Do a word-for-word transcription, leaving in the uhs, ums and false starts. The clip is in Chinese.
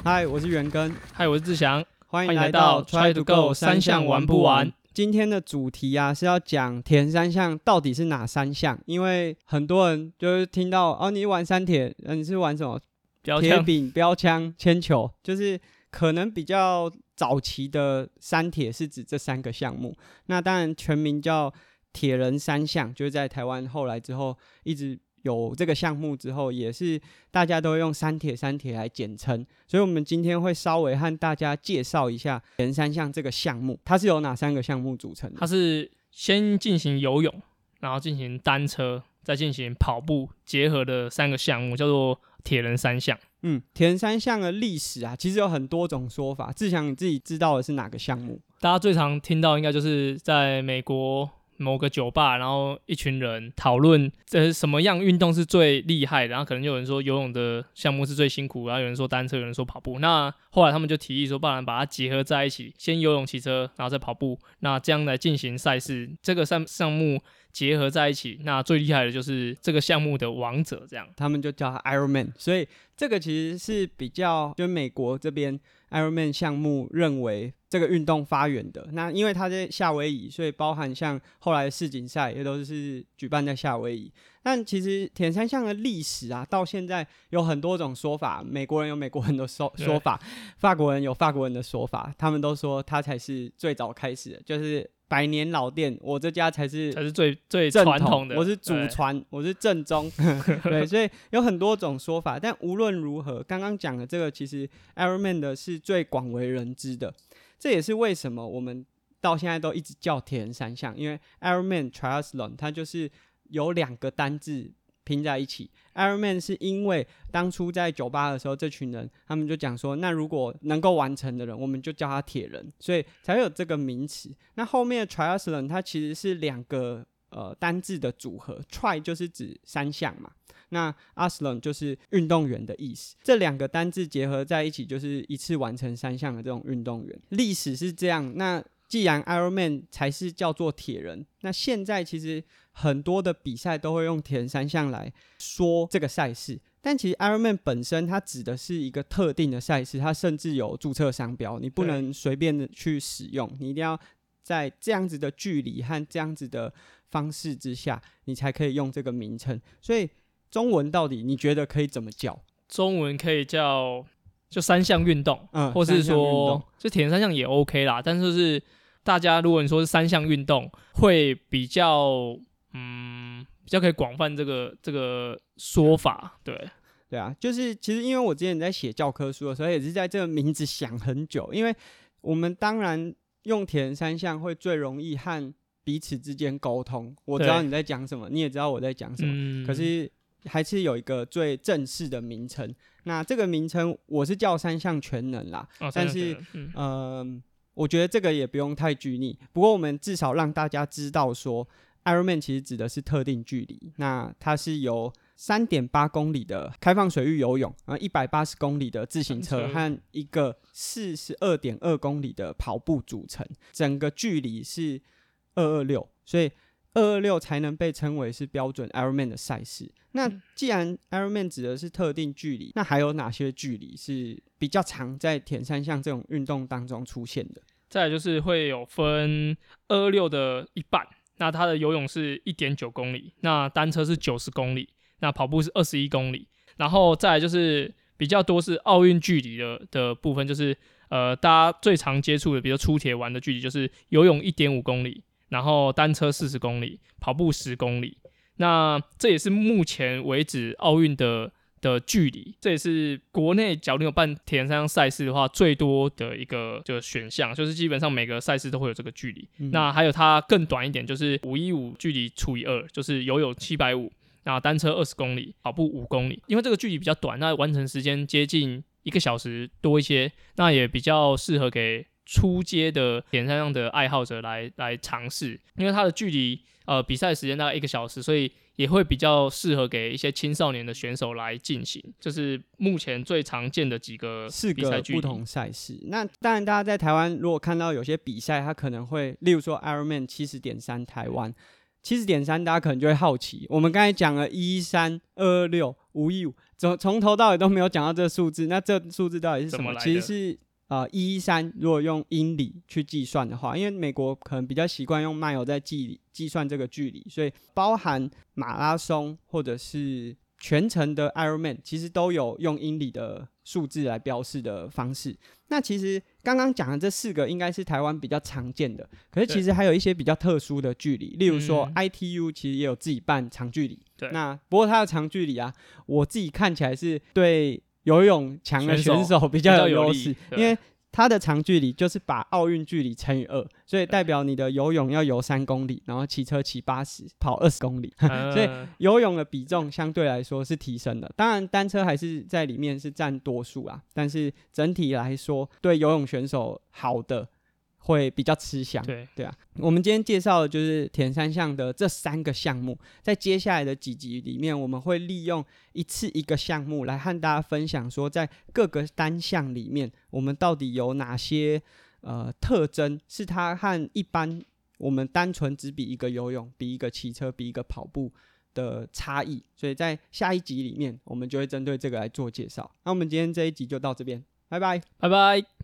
嗨，我是元根。 嗨，我是志祥。 欢迎来到 Try to Go 三项玩不完。今天的主题啊是要讲铁人三项到底是哪三项，因为很多人就是听到哦，你玩三铁，呃，你是玩什么？铁饼、标枪、铅球，就是可能比较早期的三铁是指这三个项目。那当然全名叫铁人三项，就是在台湾后来之后一直有这个项目之后，也是大家都用三铁三铁来简称。所以我们今天会稍微和大家介绍一下铁人三项这个项目，它是由哪三个项目组成的？ 它是先进行游泳，然后进行单车，再进行跑步结合的三个项目，叫做铁人三项。 嗯，铁人三项的历史啊，其实有很多种说法。志祥，你自己知道的是哪个项目？ 大家最常听到应该就是在美国某个酒吧，然后一群人讨论这什么样运动是最厉害的，然后可能有人说游泳的项目是最辛苦，然后有人说单车，有人说跑步。那后来他们就提议说，不然把它结合在一起，先游泳、骑车，然后再跑步，那这样来进行赛事。这个项目结合在一起，那最厉害的就是这个项目的王者，这样他们就叫他 Ironman。所以这个其实是比较，就美国这边 Ironman 项目认为这个运动发源的。那因为它在夏威夷，所以包含像后来的世锦赛也都是举办在夏威夷。但其实铁人三项的历史啊，到现在有很多种说法。美国人有美国人的说说法，法国人有法国人的说法。他们都说它才是最早开始的，就是百年老店，我这家才是才是最最传统的， 我是祖传，我是正宗。对，所以有很多种说法。但无论如何，刚刚讲的这个其实 Ironman 的是最广为人知的。这也是为什么我们到现在都一直叫铁人三项，因为 Ironman Triathlon 它就是有两个单字拼在一起。 Ironman 是因为当初在酒吧的时候，这群人他们就讲说，那如果能够完成的人我们就叫他铁人，所以才会有这个名词。那后面的 Triathlon 它其实是两个呃单字的组合， Tri 就是指三项嘛，那 Athlon 就是运动员的意思，这两个单字结合在一起，就是一次完成三项的这种运动员。历史是这样。那既然 Ironman 才是叫做铁人，那现在其实很多的比赛都会用铁人三项来说这个赛事。但其实 Ironman 本身它指的是一个特定的赛事，它甚至有注册商标，你不能随便的去使用，你一定要在这样子的距离和这样子的方式之下，你才可以用这个名称。所以中文到底你觉得可以怎么叫？ 中文可以叫就三项运动， 嗯， 或是说就铁人三项也 OK 啦。但是就是大家如果你说是三项运动，会比较嗯比较可以广泛这个这个说法。对对啊，就是其实因为我之前在写教科书的时候，也是在这个名字想很久。因为我们当然用铁人三项会最容易和彼此之间沟通，我知道你在讲什么，你也知道我在讲什么、嗯、可是还是有一个最正式的名称。那这个名称我是叫三项全能啦、 哦、 但是、 嗯呃、我觉得这个也不用太拘泥。不过我们至少让大家知道说 Ironman 其实指的是特定距离，那它是由 三点八公里的开放水域游泳，一百八十公里的自行车和一个 四十二点二公里的跑步组成，整个距离是二百二十六，所以二百二十六才能被称为是标准 Ironman 的赛事。那既然 Ironman 指的是特定距离，那还有哪些距离是比较常在铁人三项这种运动当中出现的？ 再来就是会有分二百二十六的一半，那它的游泳是 一点九公里，那单车是九十公里，那跑步是二十一公里。然后再来就是比较多是奥运距离 的, 的部分，就是呃大家最常接触的比如出铁玩的距离，就是游泳 一点五公里，然后单车四十公里，跑步十公里。那这也是目前为止奥运的的距离，这也是国内假如你有办铁人三项赛事的话最多的一个就选项，就是基本上每个赛事都会有这个距离、嗯、那还有它更短一点，就是五百一十五距离除以二，就是游泳七百五十，那单车二十公里，跑步五公里。因为这个距离比较短，那完成时间接近一个小时多一些，那也比较适合给初阶的铁人三项的爱好者来来尝试。因为它的距离呃比赛时间大概一个小时，所以也会比较适合给一些青少年的选手来进行。这是目前最常见的几个比赛距离， 四个不同赛事。那当然大家在台湾如果看到有些比赛，它可能会例如说 Ironman 七十点三 台湾七十点三，大家可能就会好奇，我们刚才讲了一三、二二六、 无一物，从从头到尾都没有讲到这个数字。那这数字到底是什么？ 怎么来的其实是呃一一三，如果用英里去计算的话，因为美国可能比较习惯用 mile 在计计算这个距离，所以包含马拉松或者是全程的 Ironman 其实都有用英里的数字来标示的方式。那其实刚刚讲的这四个应该是台湾比较常见的，可是其实还有一些比较特殊的距离，例如说 I T U 其实也有自己办长距离， 对， 那不过它的长距离啊，我自己看起来是对游泳强的选手比较有优势，因为它的长距离就是把奥运距离乘以二，所以代表你的游泳要游三公里，然后骑车骑八十，跑二十公里，所以游泳的比重相对来说是提升的。当然，单车还是在里面是占多数啊，但是整体来说，对游泳选手好的会比较吃香。 对对啊，我们今天介绍的就是铁人三项的这三个项目，在接下来的几集里面，我们会利用一次一个项目来和大家分享说，在各个单项里面，我们到底有哪些呃特征是它和一般我们单纯只比一个游泳、比一个骑车、比一个跑步的差异。所以在下一集里面，我们就会针对这个来做介绍。那我们今天这一集就到这边，拜拜， 拜拜。